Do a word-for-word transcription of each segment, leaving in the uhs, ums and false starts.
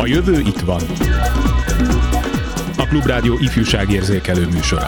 A jövő itt van. A Klubrádió ifjúságérzékelő műsora.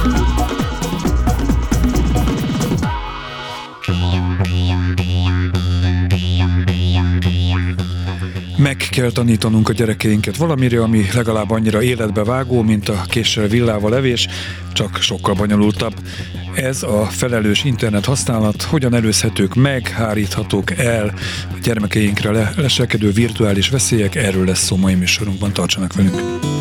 Meg kell tanítanunk a gyerekeinket valamire, ami legalább annyira életbe vágó, mint a késsel villával evés, csak sokkal bonyolultabb. Ez a felelős internet használat, hogyan előzhetők meg, háríthatók el a gyermekeinkre le- leselkedő virtuális veszélyek, erről lesz szó mai műsorunkban, tartsanak velünk!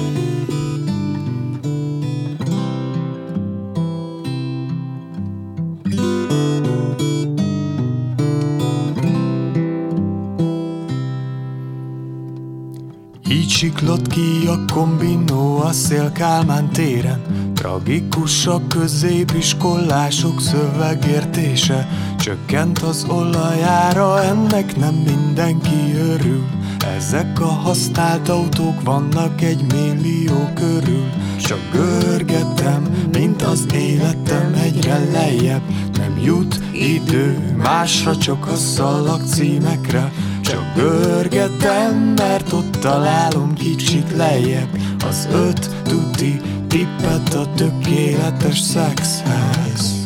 Így siklott ki a kombinó a Széll Kálmán téren. Tragikus a középiskolások szövegértése. Csökkent az olajára, ennek nem mindenki örül. Ezek a használt autók vannak egy millió körül. Csak görgetem, mint az életem egyre lejjebb. Nem jut idő másra, csak a szalagcímekre. Csak görgetem, mert ott találom kicsit lejjebb az öt tuti tippet a tökéletes szexhez.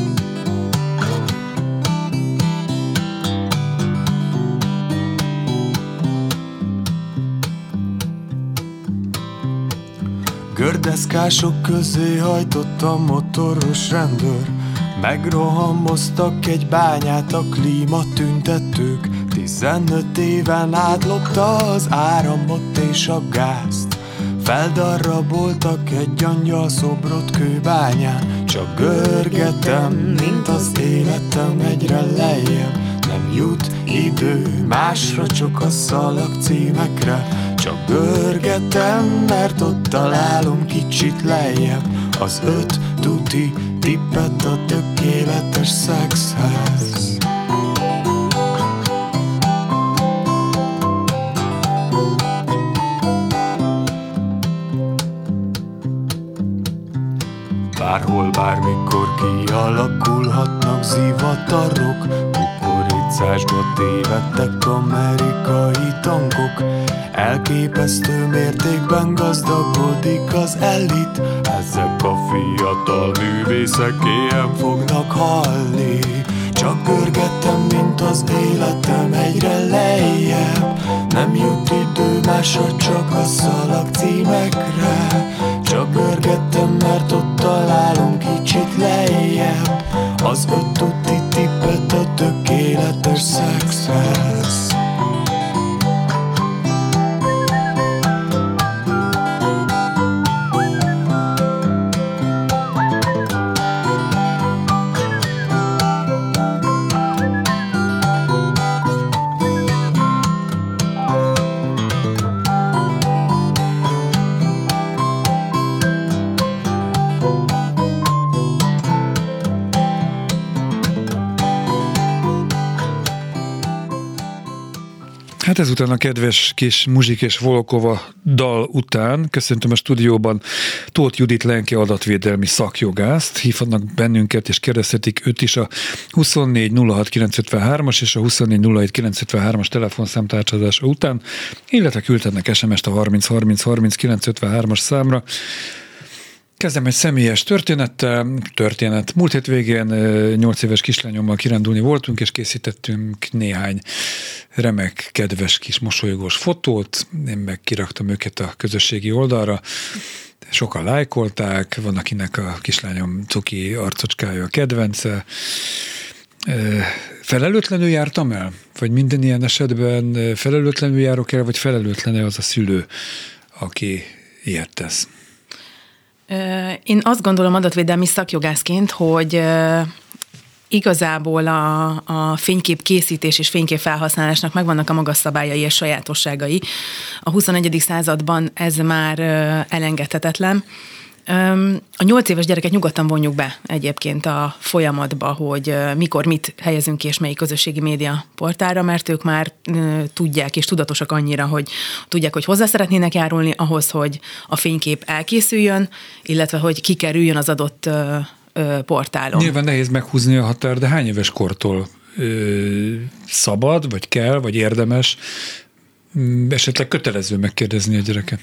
Gördeszkások közé hajtott a motoros rendőr. Megrohamoztak egy bányát a klímatüntetők. Tizenöt éven átlopta az áramot és a gázt. Feldaraboltak egy angyal szobrot kőbányán. Csak görgetem, mint az életem egyre lejjebb. Nem jut idő másra, csak a szalagcímekre. Csak görgetem, mert ott találom kicsit lejjebb az öt tuti tippet a tökéletes szexhez. Bárhol, bármikor kialakulhatnak zivatarok. Kukoricásba tévedtek amerikai tankok. Elképesztő mértékben gazdagodik az elit. Ezek a fiatal művészek éjjel fognak halni. Csak görgetem, mint az életem egyre lejjebb. Nem jut idő másra, csak a szalagcímekre. Csak görgetem, mert ott találom kicsit lejjebb az öt tuti tippet a tökéletes szexhez. Hát ezután a kedves kis Muzsik és Volkova dal után köszöntöm a stúdióban Tóth Judit Lenke adatvédelmi szakjogászt. Hívhatnak bennünket és kérdezhetik őt is a huszonnégy nulla hat kilencszázötvenhármas és a huszonnégy nulla hét kilencszázötvenhármas telefonszámtárcsázása után, illetve küldhetnek es em est a harminc harminc harminc kilencszázötvenhármas számra. Kezdem egy személyes történettel. Történet. Múlt hétvégén nyolc éves kislányommal kirándulni voltunk, és készítettünk néhány remek, kedves kis mosolygós fotót. Én meg kiraktam őket a közösségi oldalra. Sokan lájkolták, van akinek a kislányom cuki arcocskája a kedvence. Felelőtlenül jártam el? Vagy minden ilyen esetben felelőtlenül járok el, vagy felelőtlene az a szülő, aki ilyet tesz? Én azt gondolom adatvédelmi szakjogászként, hogy igazából a, a fénykép készítés és fénykép felhasználásnak megvannak a magas szabályai és sajátosságai. A huszonegyedik században ez már elengedhetetlen. A nyolc éves gyereket nyugodtan vonjuk be egyébként a folyamatba, hogy mikor mit helyezünk ki és melyik közösségi média portálra, mert ők már tudják és tudatosak annyira, hogy tudják, hogy hozzá szeretnének járulni ahhoz, hogy a fénykép elkészüljön, illetve hogy kikerüljön az adott portálon. Nyilván nehéz meghúzni a határ, de hány éves kortól ö, szabad, vagy kell, vagy érdemes esetleg kötelező megkérdezni a gyereket?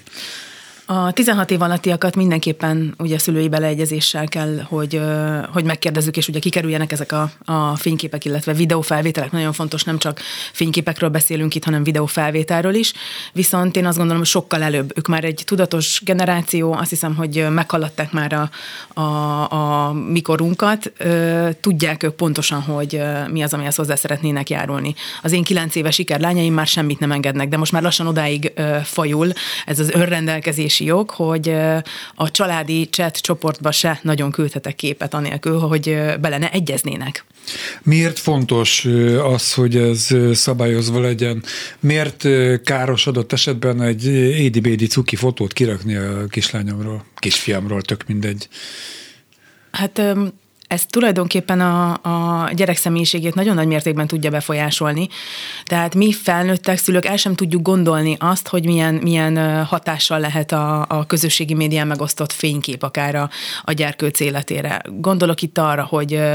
A tizenhat év alattiakat mindenképpen ugye szülői beleegyezéssel kell, hogy, hogy megkérdezzük, és ugye kikerüljenek ezek a, a fényképek, illetve videófelvételek. Nagyon fontos, nem csak fényképekről beszélünk itt, hanem videófelvételről is. Viszont én azt gondolom, hogy sokkal előbb. Ők már egy tudatos generáció, azt hiszem, hogy meghaladták már a, a, a mikorunkat. Tudják ők pontosan, hogy mi az, amihez hozzá szeretnének járulni. Az én kilenc éves ikerlányaim már semmit nem engednek, de most már lassan odáig fajul ez az önrendelkezés jog, hogy a családi chat csoportba se nagyon küldhetek képet anélkül, hogy bele ne egyeznének. Miért fontos az, hogy ez szabályozva legyen? Miért káros adott esetben egy édi-bédi cuki fotót kirakni a kislányomról, kisfiamról, tök mindegy? Hát ez tulajdonképpen a, a gyerek személyiségét nagyon nagy mértékben tudja befolyásolni. Tehát mi felnőttek szülők el sem tudjuk gondolni azt, hogy milyen, milyen hatással lehet a, a közösségi médián megosztott fénykép akár a, a gyerkőc életére. Gondolok itt arra, hogy ö,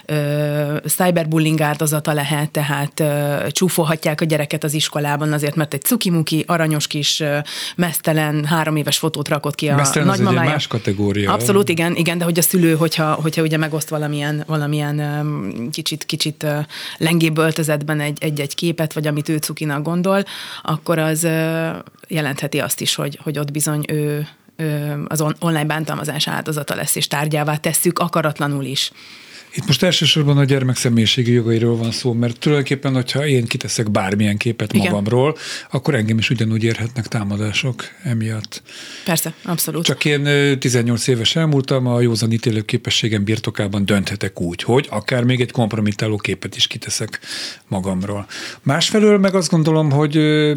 ö, cyberbullying áldozata lehet, tehát ö, csúfolhatják a gyereket az iskolában azért, mert egy cukimuki, aranyos kis, ö, mesztelen, három éves fotót rakott ki a mesztelen nagymamája. Az egy más kategória. Abszolút, igen, igen, de hogy a szülő, hogyha, hogyha ugye megoszt valamilyen, valamilyen kicsit, kicsit lengébb öltözetben egy, egy-egy képet, vagy amit ő cukinak gondol, akkor az jelentheti azt is, hogy, hogy ott bizony ő, ő az online bántalmazás áldozata lesz, és tárgyává tesszük akaratlanul is. Itt most elsősorban a gyermek személyiségi jogairól van szó, mert tulajdonképpen, hogyha én kiteszek bármilyen képet Igen. magamról, akkor engem is ugyanúgy érhetnek támadások emiatt. Persze, abszolút. Csak én tizennyolc éves elmúltam, a józan ítélő képességem birtokában dönthetek úgy, hogy akár még egy kompromittáló képet is kiteszek magamról. Másfelől meg azt gondolom, hogy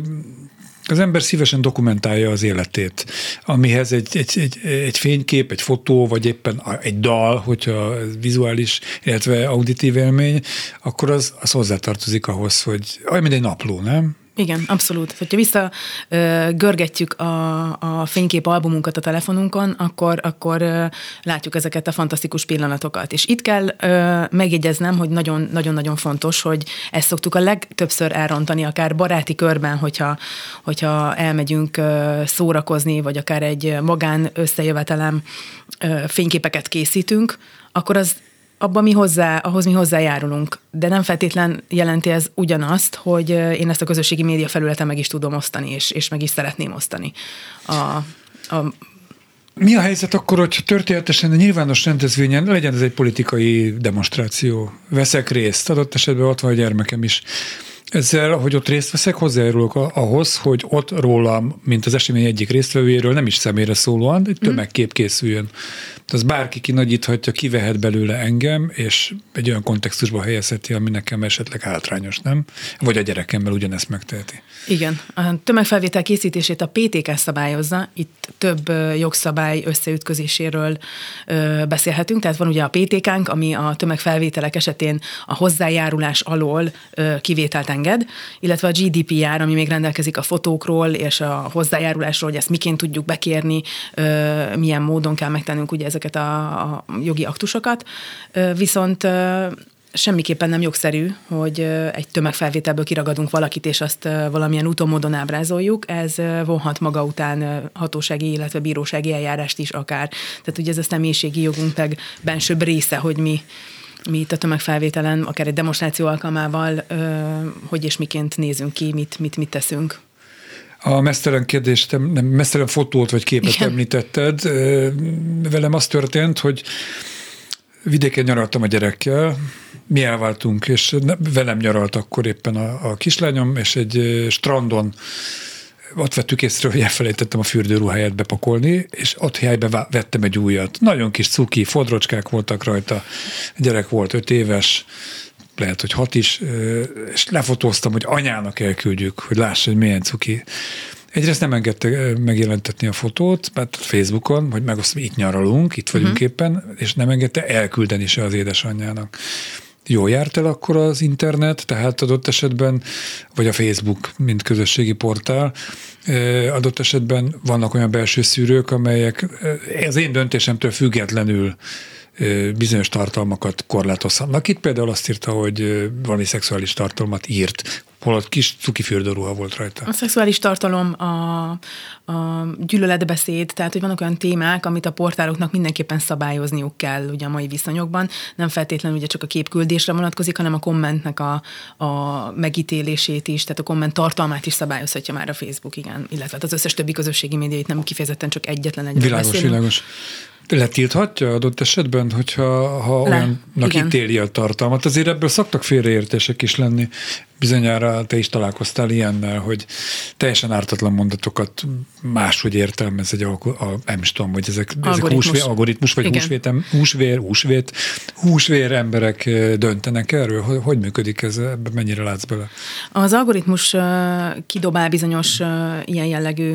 az ember szívesen dokumentálja az életét, amihez egy, egy, egy, egy fénykép, egy fotó, vagy éppen egy dal, hogyha vizuális, illetve auditív élmény, akkor az, az hozzátartozik ahhoz, hogy olyan, mint egy napló, nem? Igen, abszolút. Hogyha vissza ö, görgetjük a, a fénykép albumunkat a telefonunkon, akkor, akkor ö, látjuk ezeket a fantasztikus pillanatokat. És itt kell ö, megjegyeznem, hogy nagyon, nagyon-nagyon fontos, hogy ezt szoktuk a legtöbbször elrontani, akár baráti körben, hogyha, hogyha elmegyünk ö, szórakozni, vagy akár egy magán összejövetelem ö, fényképeket készítünk, akkor az abban mi hozzá, ahhoz mi hozzájárulunk, de nem feltétlen jelenti ez ugyanazt, hogy én ezt a közösségi média felületen meg is tudom osztani, és, és meg is szeretném osztani. A, a Mi a helyzet akkor, hogy történetesen a nyilvános rendezvényen legyen ez egy politikai demonstráció? Veszek részt, adott esetben ott van a gyermekem is. Ezzel, hogy ott részt veszek, hozzájárulok ahhoz, hogy ott rólam, mint az esemény egyik résztvevőjéről, nem is személyre szólóan, egy tömegkép készüljön. Az bárki kinagyíthatja, kivehet belőle engem, és egy olyan kontextusba helyezheti, ami nekem esetleg hátrányos, nem? Vagy a gyerekemmel ugyanezt megteheti. Igen. A tömegfelvétel készítését a pé té ká szabályozza. Itt több jogszabály összeütközéséről beszélhetünk. Tehát van ugye a pé té kánk, ami a tömegfelvételek esetén a hozzájárulás alól kivételt enged, illetve a gé dé pé er, ami még rendelkezik a fotókról és a hozzájárulásról, hogy ezt miként tudjuk bekérni, milyen módon kell megtennünk ugye ezeket a, a jogi aktusokat. Viszont semmiképpen nem jogszerű, hogy egy tömegfelvételből kiragadunk valakit, és azt valamilyen úton, módon ábrázoljuk. Ez vonhat maga után hatósági, illetve bírósági eljárást is akár. Tehát ugye ez a személyiségi jogunk meg bensőbb része, hogy mi mi itt a tömegfelvételen, akár egy demonstráció alkalmával, hogy és miként nézünk ki, mit, mit, mit teszünk. A mesztelen kérdést, nem, mesztelen fotót vagy képet Igen. említetted. Velem az történt, hogy vidéken nyaraltam a gyerekkel, mi elváltunk, és velem nyaralt akkor éppen a, a kislányom, és egy strandon ott vettük észre, hogy elfelejtettem a fürdőruháját bepakolni, és ott helyben vettem egy újat. Nagyon kis cuki, fodrocskák voltak rajta, a gyerek volt öt éves, lehet, hogy hat is, és lefotóztam, hogy anyának elküldjük, hogy lássa, hogy milyen cuki. Egyrészt nem engedte megjelentetni a fotót, mert Facebookon, hogy megosztom, itt nyaralunk, itt vagyunk uh-huh. éppen, és nem engedte elküldeni se az édesanyjának. Jól járt el akkor az internet, tehát adott esetben, vagy a Facebook, mint közösségi portál, adott esetben vannak olyan belső szűrők, amelyek az én döntésemtől függetlenül bizonyos tartalmakat korlátozhatnak. Itt például azt írta, hogy valami szexuális tartalmat írt, holott kis cuki fürdőruha volt rajta. A szexuális tartalom, a, a gyűlöletbeszéd, tehát hogy vannak olyan témák, amit a portáloknak mindenképpen szabályozniuk kell ugye a mai viszonyokban. Nem feltétlenül ugye csak a képküldésre vonatkozik, hanem a kommentnek a, a megítélését is, tehát a komment tartalmát is szabályozhatja már a Facebook, igen, illetve az összes többi közösségi médiait, nem kifejezetten csak egyetlen egyre Világos, beszélünk. világos. Letilthatja adott esetben, hogyha ha olyannak ítéli a tartalmat? Azért ebből szoktak félreértések is lenni. Bizonyára te is találkoztál ilyennel, hogy teljesen ártatlan mondatokat máshogy értelmez egy alko- a, nem is tudom, hogy ezek, ezek húsvé, algoritmus, vagy húsvét, húsvér, húsvét, húsvér emberek döntenek erről? Hogy, hogy működik ez? Ebben mennyire látsz bele? Az algoritmus kidobál bizonyos ilyen jellegű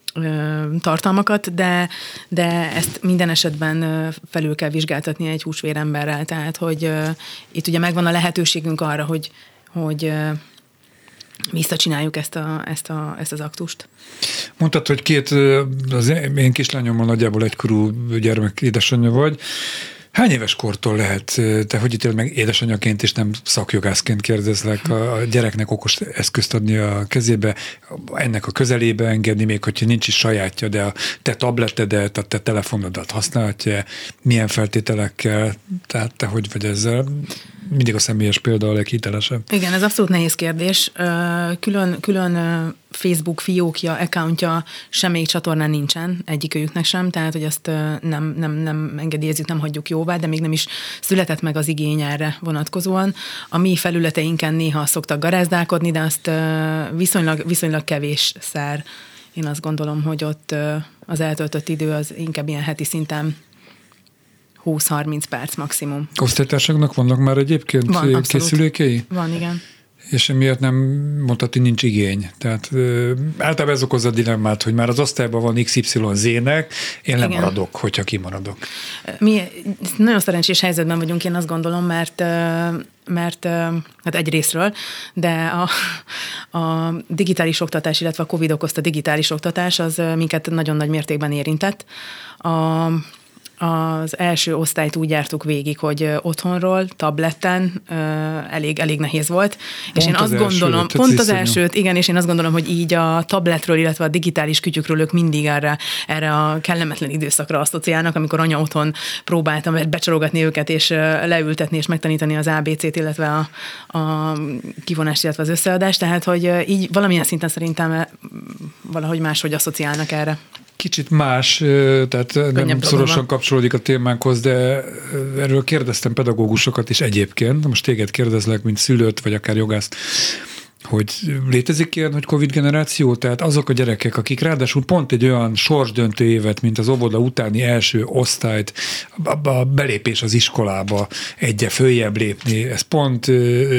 tartalmakat, de, de ezt minden esetben felül kell vizsgáltatni egy húsvéremberrel, tehát hogy uh, itt ugye megvan a lehetőségünk arra, hogy, hogy uh, visszacsináljuk ezt, a, ezt, a, ezt az aktust. Mondtad, hogy két, az én kislányommal nagyjából egykorú gyermek édesanyja vagy. Hány éves kortól lehet, te hogy ítéled meg édesanyaként és nem szakjogászként kérdezlek, a gyereknek okos eszközt adni a kezébe, ennek a közelébe engedni, még hogyha nincs is sajátja, de a te tabletedet, a te telefonodat használhatja, milyen feltételekkel, tehát te hogy vagy ezzel? Mindig a személyes példa a leghitelesebb. Igen, ez abszolút nehéz kérdés. Külön, külön Facebook fiókja, accountja semmelyik csatornán nincsen, egyikőjüknek sem, tehát hogy azt nem, nem, nem engedélyezzük, nem hagyjuk jóvá, de még nem is született meg az igény erre vonatkozóan. A mi felületeinken néha szoktak garázdálkodni, de azt viszonylag, viszonylag kevés szár. Én azt gondolom, hogy ott az eltöltött idő az inkább ilyen heti szinten húsz-harminc perc maximum. Osztálytársaknak vannak már egyébként van, készülékei? Van, igen. És emiatt nem mondtad, hogy nincs igény. Tehát ö, általában ez okozza a dilemmát, hogy már az osztályban van iksz ipszilon zének, én lemaradok, hogyha kimaradok. Mi nagyon szerencsés helyzetben vagyunk, én azt gondolom, mert, mert hát egy részről, de a, a digitális oktatás, illetve a Covid okozta digitális oktatás, az minket nagyon nagy mértékben érintett. A Az első osztályt úgy jártuk végig, hogy otthonról, tableten elég, elég nehéz volt. Pont és én azt gondolom, előtt, pont az elsőt, igen, és én azt gondolom, hogy így a tabletről, illetve a digitális kütyükről ők mindig erre, erre a kellemetlen időszakra asszociálnak, amikor anya otthon próbáltam becsalogatni őket, és leültetni, és megtanítani az á bé cét, illetve a, a kivonást, illetve az összeadást. Tehát, hogy így valamilyen szinten szerintem valahogy máshogy asszociálnak erre. Kicsit más, tehát Könnyebb nem szorosan kapcsolódik a témánkhoz, de erről kérdeztem pedagógusokat is egyébként, most téged kérdezlek, mint szülőt, vagy akár jogászt, hogy létezik ilyen, hogy Covid generáció, tehát azok a gyerekek, akik ráadásul pont egy olyan sorsdöntő évet, mint az óvoda utáni első osztályt, a belépés az iskolába, egyre följebb lépni, ez pont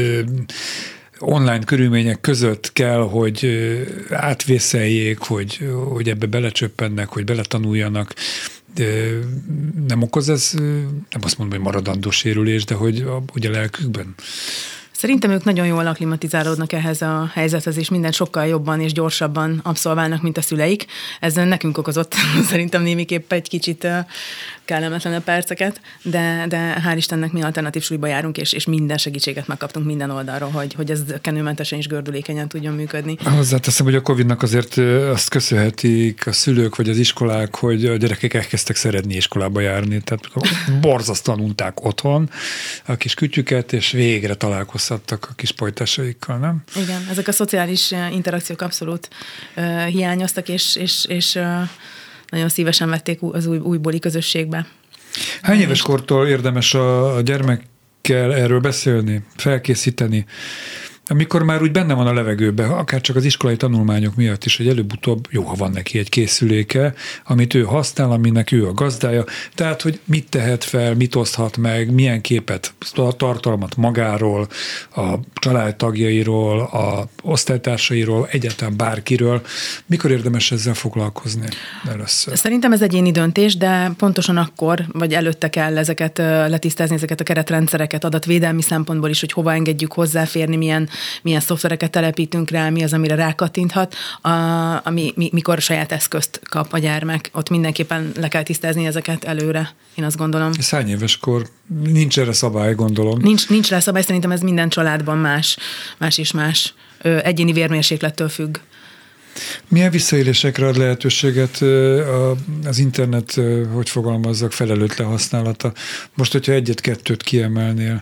online körülmények között kell, hogy átvészeljék, hogy, hogy ebbe belecsöppennek, hogy beletanuljanak. De nem okoz ez, nem azt mondom, hogy maradandó sérülés, de hogy ugye a lelkükben? Szerintem ők nagyon jól akklimatizálódnak ehhez a helyzethez, és minden sokkal jobban és gyorsabban abszolválnak, mint a szüleik. Ez nekünk okozott szerintem némiképp egy kicsit kellemetlenebb perceket, de, de hál' Istennek mi alternatív súlyba járunk, és, és minden segítséget megkaptunk minden oldalról, hogy, hogy ez kenőmentesen és gördülékenyen tudjon működni. Hozzáteszem, hogy a Covidnak azért azt köszönhetik a szülők vagy az iskolák, hogy a gyerekek elkezdtek szeretni iskolába járni. Tehát borzasztóan unták otthon a kis kütyüket, és végre találkozhattak a kis pojtásaikkal, nem? Igen, ezek a szociális interakciók abszolút uh, hiányoztak, és, és, és uh, nagyon szívesen vették az új, újbóli közösségbe. Hány éves kortól érdemes a, a gyermekkel erről beszélni, felkészíteni? Amikor már úgy benne van a levegőben, akár csak az iskolai tanulmányok miatt is, hogy előbb-utóbb jó, ha van neki egy készüléke, amit ő használ, aminek ő a gazdája, tehát, hogy mit tehet fel, mit oszthat meg, milyen képet, tartalmat magáról, a családtagjairól, a osztálytársairól, egyáltalán bárkiről. Mikor érdemes ezzel foglalkozni először? Szerintem ez egyéni döntés, de pontosan akkor, vagy előtte kell ezeket letisztázni, ezeket a keretrendszereket adatvédelmi szempontból is, hogy hova engedjük hozzáférni, milyen milyen szoftvereket telepítünk rá, mi az, amire rákattinthat, a, ami, mi, mikor saját eszközt kap a gyermek. Ott mindenképpen le kell tisztázni ezeket előre, én azt gondolom. Ez hány éveskor? Nincs erre szabály, gondolom. Nincs, nincs rá szabály, szerintem ez minden családban más, más és más. Ö, egyéni vérmérséklettől függ. Milyen visszaélésekre ad lehetőséget az internet, hogy fogalmazzak, felelőtlen használata? Most, hogyha egyet-kettőt kiemelnél.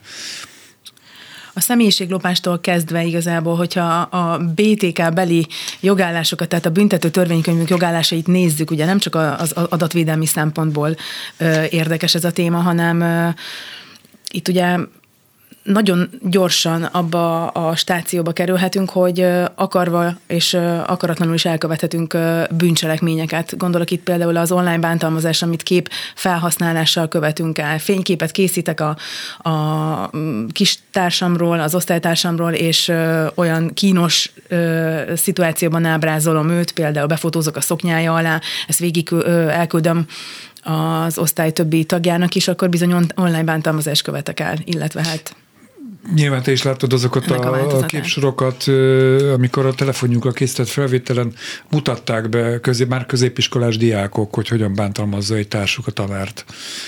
A személyiséglopástól kezdve igazából, hogyha a bé té ká beli jogállásokat, tehát a büntető törvénykönyvünk jogállásait nézzük, ugye nem csak az adatvédelmi szempontból érdekes ez a téma, hanem itt ugye nagyon gyorsan abba a stációba kerülhetünk, hogy akarva és akaratlanul is elkövethetünk bűncselekményeket. Gondolok itt például az online bántalmazás, amit kép felhasználással követünk el. Fényképet készítek a, a kis társamról, az osztálytársamról, és olyan kínos szituációban ábrázolom őt, például befotózok a szoknyája alá, ezt végig elküldöm az osztály többi tagjának is, akkor bizony online bántalmazást követek el, illetve hát nyilván te is láttad azokat a, a képsorokat, amikor a telefonjunkra készített felvételen mutatták be közé, már középiskolás diákok, hogy hogyan bántalmazza egy társuk a tanárt.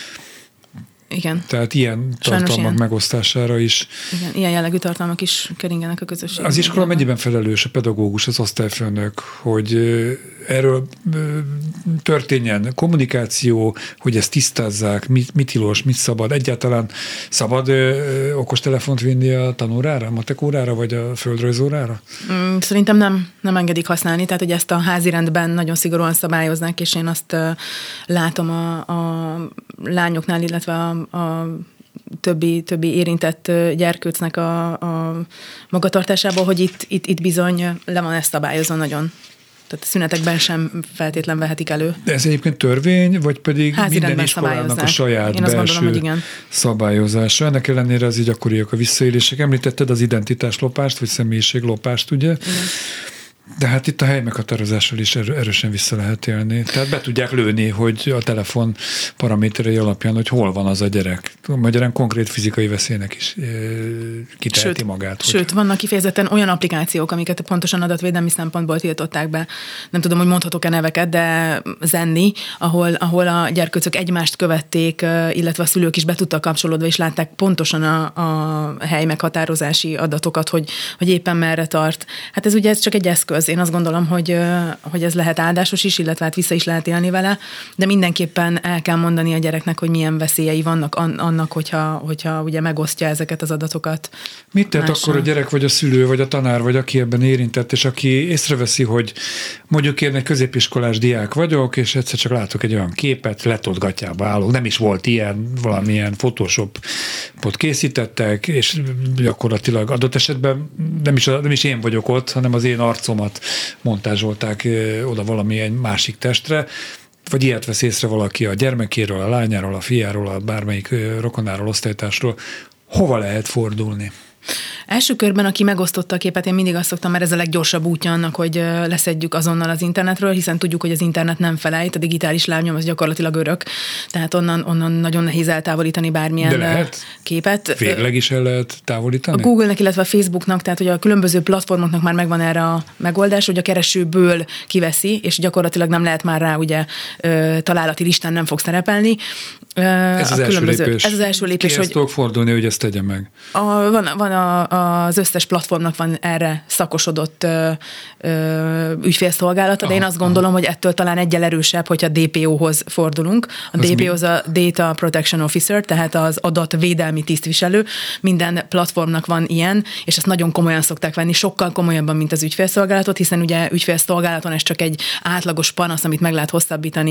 Igen. Tehát ilyen tartalmak ilyen. megosztására is. Igen, ilyen jellegű tartalmak is keringenek a közösségben. Az iskola mennyiben felelős, a pedagógus, az osztályfőnök, hogy erről történjen kommunikáció, hogy ezt tisztázzák, mit, mit tilos, mit szabad. Egyáltalán szabad ö, okostelefont vinni a tanórára, a matekórára, vagy a földrajzórára? Szerintem nem, nem engedik használni, tehát hogy ezt a házirendben nagyon szigorúan szabályoznak, és én azt uh, látom a, a lányoknál, illetve a, a többi, többi érintett gyerkőcnek a, a magatartásából, hogy itt, itt, itt bizony le van ezt szabályozva nagyon. Tehát a szünetekben sem feltétlen vehetik elő. De ez egyébként törvény, vagy pedig minden iskolának a saját Én belső gondolom, hogy igen. szabályozása? Ennek ellenére az így gyakoriak a visszaélések. Említetted az identitáslopást, vagy személyiséglopást, ugye? Igen. De hát itt a hely meghatározással is erősen vissza lehet élni. Tehát be tudják lőni, hogy a telefon paraméterei alapján, hogy hol van az a gyerek. Magyarán konkrét fizikai veszélynek is e, kiteheti sőt, magát. Sőt, hogy... vannak kifejezetten olyan applikációk, amiket pontosan adatvédelmi szempontból tiltották be. Nem tudom, hogy mondhatok-e neveket, de Zenni, ahol, ahol a gyerkőcök egymást követték, illetve a szülők is be tudtak kapcsolódva, és látták pontosan a, a hely meghatározási adatokat, hogy, hogy éppen merre tart. Hát ez ugye ez csak egy eszköz. Én azt gondolom, hogy, hogy ez lehet áldásos is, illetve hát vissza is lehet élni vele, de mindenképpen el kell mondani a gyereknek, hogy milyen veszélyei vannak annak, hogyha, hogyha ugye megosztja ezeket az adatokat. Mit tett akkor a gyerek, vagy a szülő, vagy a tanár, vagy aki ebben érintett, és aki észreveszi, hogy mondjuk én egy középiskolás diák vagyok, és egyszer csak látok egy olyan képet, letolt gatyába állok, nem is volt ilyen, valamilyen Photoshopot készítettek, és gyakorlatilag adott esetben nem is, nem is én vagyok ott, hanem az én arcomat montázsolták oda valamilyen másik testre, vagy ilyet vesz észre valaki a gyermekéről, a lányáról, a fiáról, a bármelyik rokonáról, osztálytársról. Hova lehet fordulni? Első körben, aki megosztotta a képet, én mindig azt szoktam, mert ez a leggyorsabb útja annak, hogy leszedjük azonnal az internetről, hiszen tudjuk, hogy az internet nem felejt, a digitális lábnyom az gyakorlatilag örök, tehát onnan, onnan nagyon nehéz eltávolítani bármilyen De lehet? képet. Végleg is el lehet távolítani? A Google-nek, illetve a Facebooknak, tehát hogy a különböző platformoknak már megvan erre a megoldás, hogy a keresőből kiveszi, és gyakorlatilag nem lehet már rá, ugye találati listán nem fog szerepelni. Ez az első lépés. Ez az első lépés, Kihez tudok fordulni, hogy ezt tegye meg? A, van van a, az összes platformnak van erre szakosodott ö, ö, ügyfélszolgálata, de én azt gondolom, hogy ettől talán egyel erősebb, hogyha dé pé ó-hoz fordulunk. A az dé pé ó az a Data Protection Officer, tehát az adatvédelmi tisztviselő. Minden platformnak van ilyen, és ezt nagyon komolyan szokták venni, sokkal komolyabban, mint az ügyfélszolgálatot, hiszen ugye ügyfélszolgálaton ez csak egy átlagos panasz, amit meg lehet hosszabbítani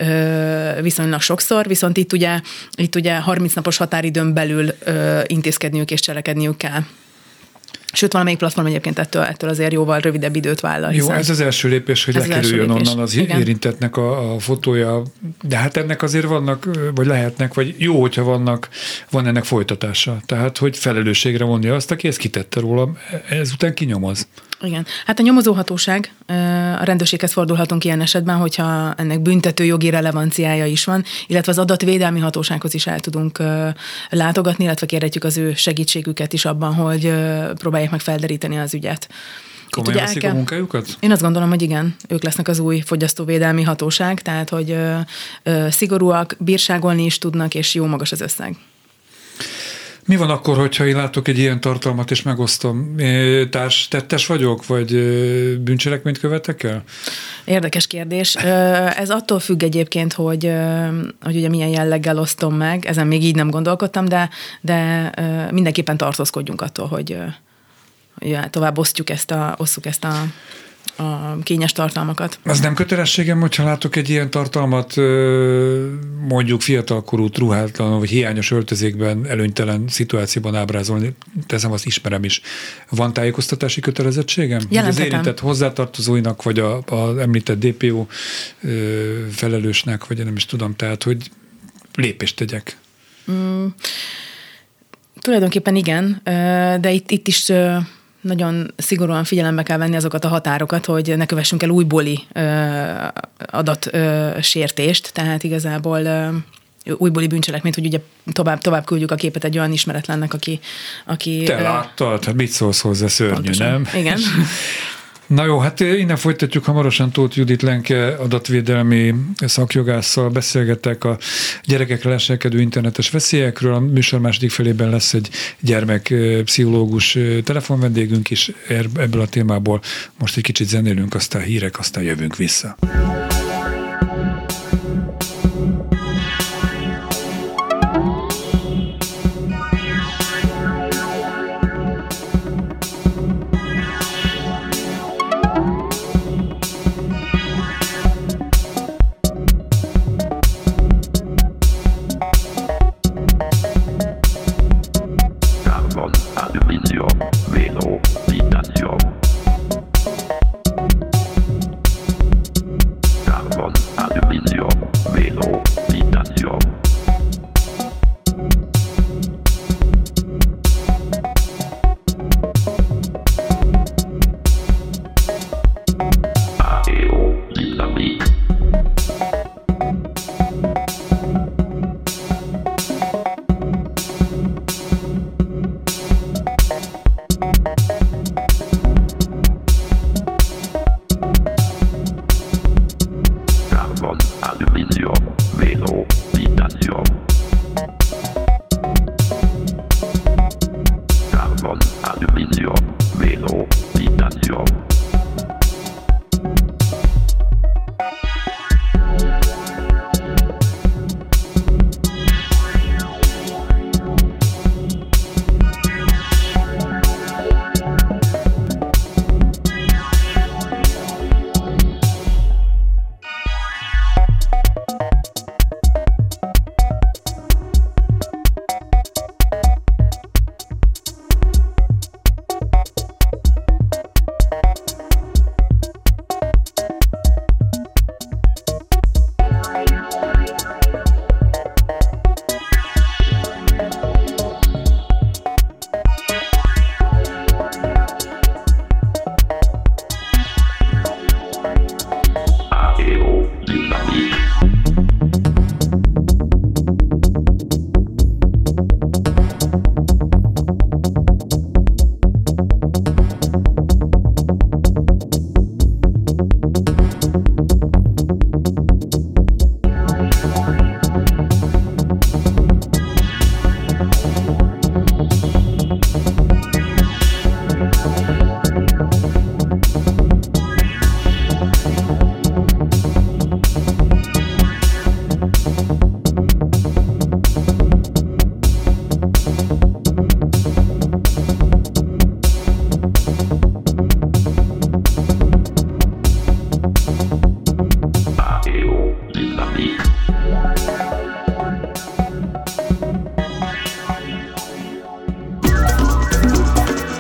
ö, viszonylag sokszor, viszont itt ugye, itt ugye harminc napos határidőn belül ö, intézkedniük és cselekedniük kell. Sőt, valamelyik platform egyébként ettől, ettől azért jóval rövidebb időt vállal. Jó, ez az első lépés, hogy lekerüljön onnan az igen. érintettnek a, a fotója, de hát ennek azért vannak, vagy lehetnek, vagy jó, hogyha vannak, van ennek folytatása. Tehát, hogy felelősségre vonni azt, aki ezt kitette róla, ezután kinyomoz. Igen. Hát a nyomozóhatóság, a rendőrséghez fordulhatunk ilyen esetben, hogyha ennek büntető jogi relevanciája is van, illetve az adatvédelmi hatósághoz is el tudunk látogatni, illetve kérhetjük az ő segítségüket is abban, hogy próbálják meg felderíteni az ügyet. Komolyan veszik a munkájukat? Én azt gondolom, hogy igen, ők lesznek az új fogyasztóvédelmi hatóság, tehát hogy ö, ö, szigorúak, bírságolni is tudnak, és jó magas az összeg. Mi van akkor, hogyha én látok egy ilyen tartalmat, és megosztom? Társ tettes vagyok, vagy bűncselekményt követek el? Érdekes kérdés. Ez attól függ egyébként, hogy, hogy ugye milyen jelleggel osztom meg, ezen még így nem gondolkodtam, de, de mindenképpen tartózkodjunk attól, hogy ja, tovább osztjuk ezt a, osszuk ezt a, a kényes tartalmakat. Az nem kötelességem, hogyha látok egy ilyen tartalmat, mondjuk fiatalkorút, ruhátlan vagy hiányos öltözékben, előnytelen szituációban ábrázolni, teszem, azt ismerem is. Van tájékoztatási kötelezettségem? Az érintett hozzátartozóinak, vagy az említett dé pé o felelősnek, vagy én nem is tudom, tehát, hogy lépést tegyek. Mm, tulajdonképpen igen, de itt, itt is nagyon szigorúan figyelembe kell venni azokat a határokat, hogy ne kövessünk el újbóli adatsértést, tehát igazából újbóli bűncselekményt, hogy ugye tovább, tovább küldjük a képet egy olyan ismeretlennek, aki... aki Te láttad, hát mit szólsz hozzá, szörnyű, pontosan, nem? Igen. Na jó, hát innen folytatjuk hamarosan. Tóth Judit Lenke adatvédelmi szakjogásszal beszélgettek a gyerekekre leselkedő internetes veszélyekről. A műsor második felében lesz egy gyermekpszichológus telefonvendégünk is ebből a témából. Most egy kicsit zenélünk, aztán hírek, aztán jövünk vissza.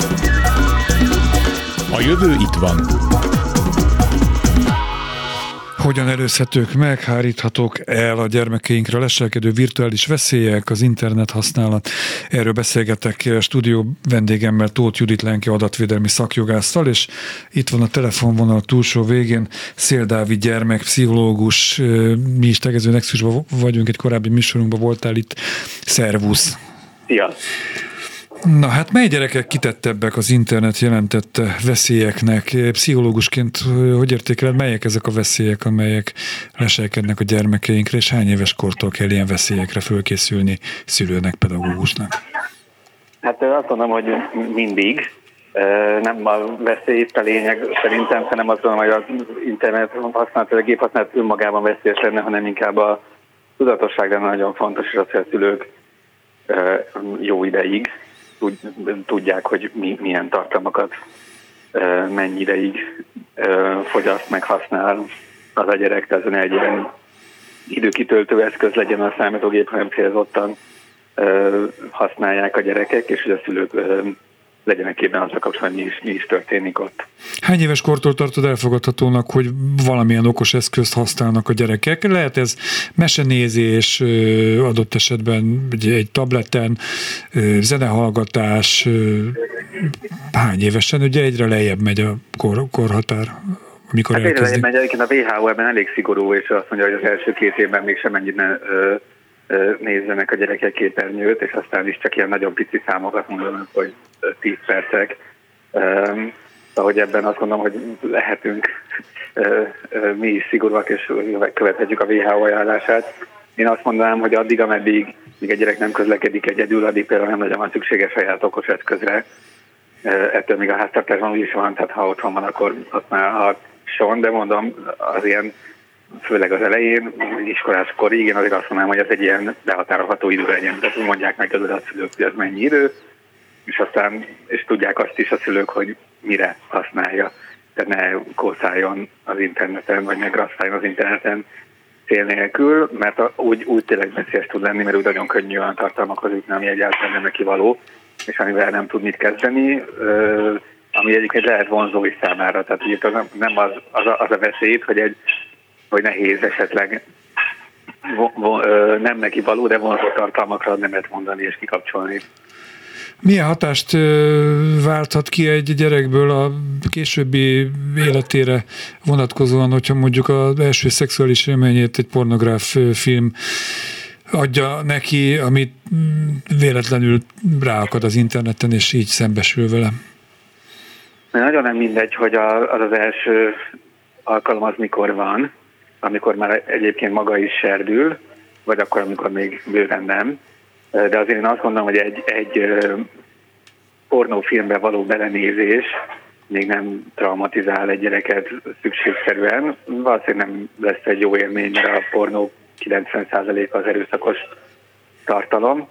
A jövő itt van. Hogyan előzhetők meg, háríthatók el a gyermekeinkre leselkedő virtuális veszélyek, az internet használat. Erről beszélgetek stúdió vendégemmel, Tóth Judit Lenke adatvédelmi szakjogásszal, és itt van a telefonvonal túlsó végén Szél Dávid gyermekpszichológus. Mi is tegező Nexusban vagyunk, egy korábbi műsorunkban voltál itt. Szervusz! Szia! Na hát mely gyerekek kitettebbek az internet jelentette veszélyeknek? Pszichológusként hogy értékeled, melyek ezek a veszélyek, amelyek leselkednek a gyermekeinkre, és hány éves kortól kell ilyen veszélyekre fölkészülni szülőnek, pedagógusnak? Hát azt mondom, hogy mindig. Nem a veszély itt a lényeg szerintem, hanem azt mondom, hogy az internet használat, a gép használat önmagában veszélyes lenne, hanem inkább a tudatosság lenne nagyon fontos, és azt, hogy a szülők jó ideig tudják, hogy mi, milyen tartalmakat mennyi ideig fogyaszt, meg használ az a gyerek, tehát ez egy ilyen időkitöltő eszköz legyen a számítógép, hanem célzottan használják a gyerekek, és hogy a szülők legyenek képben azzal kapcsolatban, mi is, mi is történik ott. Hány éves kortól tartod elfogadhatónak, hogy valamilyen okos eszközt használnak a gyerekek? Lehet ez mesenézés, adott esetben egy tableten, zenehallgatás, hány évesen? Ugye egyre lejjebb megy a kor, korhatár, amikor hát elkezdik. Egyre lejjebb megy, a vé há o ebben elég szigorú, és azt mondja, hogy az első két évben még sem ennyit ne nézzenek a gyerekek képernyőt, és aztán is csak ilyen nagyon pici számokat mondanak, hogy tíz percek. Um, ahogy ebben azt gondolom, hogy lehetünk uh, uh, mi is szigorúak, és követhetjük a vé há o ajánlását. Én azt mondanám, hogy addig, ameddig míg egy gyerek nem közlekedik egyedül, addig például nem nagyon van szüksége saját okos eszközre. Uh, ettől még a háztartásban úgy is van, tehát ha otthon van, akkor használhasson, de mondom, az ilyen főleg az elején, iskolás korig, én azért azt mondanám, hogy ez egy ilyen behatárolható idő legyen. Tehát mondják meg az a szülők, hogy ez mennyi idő, és aztán, és tudják azt is a szülők, hogy mire használja. Tehát ne kószáljon az interneten, vagy ne grasszáljon az interneten cél nélkül, mert úgy, úgy tényleg veszélyes tud lenni, mert úgy nagyon könnyű olyan tartalmakhoz jutni, ami egyáltalán nem neki való, és amivel nem tud mit kezdeni, ami egyébként lehet vonzó is számára. Tehát itt az nem az, az, a, az a veszély, hogy egy hogy nehéz esetleg vo, vo, ö, nem neki való, de vonzó tartalmakra nemet mondani és kikapcsolni. Milyen hatást válthat ki egy gyerekből a későbbi életére vonatkozóan, hogyha mondjuk az első szexuális élményét egy pornográf film adja neki, amit véletlenül ráakad az interneten, és így szembesül vele? Nagyon nem mindegy, hogy az az első alkalom az mikor van, amikor már egyébként maga is serdül, vagy akkor, amikor még bőven nem. De azért én azt gondolom, hogy egy, egy pornófilmbe való belenézés még nem traumatizál egy gyereket szükségszerűen. Valószínűleg nem lesz egy jó élmény, mert a pornó kilencven százaléka az erőszakos tartalom.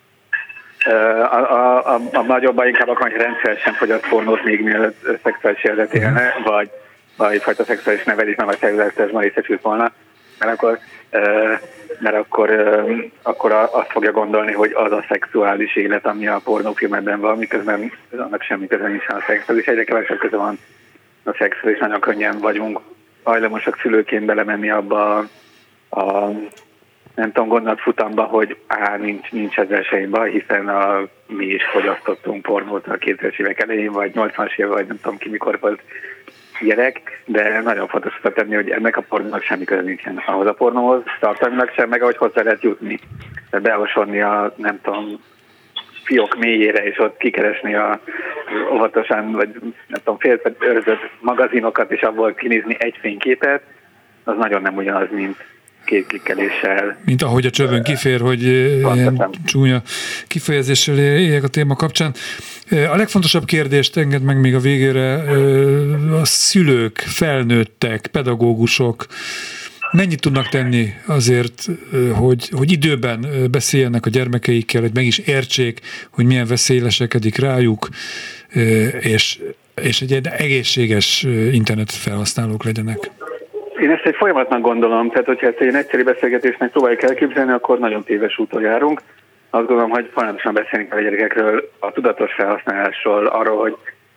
A, a, a, a nagyobb inkább akar, hogy rendszeresen fogyaszt pornót még mielőtt szexuális élet élne, vagy valamifajta szexuális nevelés, nem a szexuálisban részesült volna, mert akkor, mert akkor, akkor azt fogja gondolni, hogy az a szexuális élet, ami a pornófilmekben van, miközben annak semmi köze nincs a szexhez, és egyre kevesebb köze van a szexhez, és nagyon könnyen vagyunk hajlamosak szülőként belemenni abba a, a nem tudom, gondolatfutamba, hogy á, nincs, nincs ezzel semmi baj, hiszen a, mi is fogyasztottunk pornót a kétezres évek elején, vagy nyolcvanas évek, vagy nem tudom ki mikor volt gyerek, de nagyon fontos azt tenni, hogy ennek a pornónak semmi köze nincsen ahhoz a pornóhoz, tartalmilag sem, meg ahogy hozzá lehet jutni. Tehát beosonni a, nem tudom, fiók mélyére, és ott kikeresni a óvatosan, vagy nem tudom, félőrzött magazinokat, és abból kinézni egy fényképet, az nagyon nem ugyanaz, mint két klikkeléssel. Mint ahogy a csövön kifér, hogy ilyen csúnya kifejezéssel éljek a téma kapcsán. A legfontosabb kérdést engedd meg még a végére, a szülők, felnőttek, pedagógusok mennyit tudnak tenni azért, hogy, hogy időben beszéljenek a gyermekeikkel, hogy meg is értsék, hogy milyen veszély leselkedik rájuk, és, és egy egészséges internet felhasználók legyenek? Én ezt egy folyamatnak gondolom, tehát hogyha ezt egy egyszerű beszélgetésnek próbáljuk elképzelni, akkor nagyon téves úton járunk. Azt gondolom, hogy folyamatosan beszélni kell a gyerekekről, a tudatos felhasználásról, arról, hogy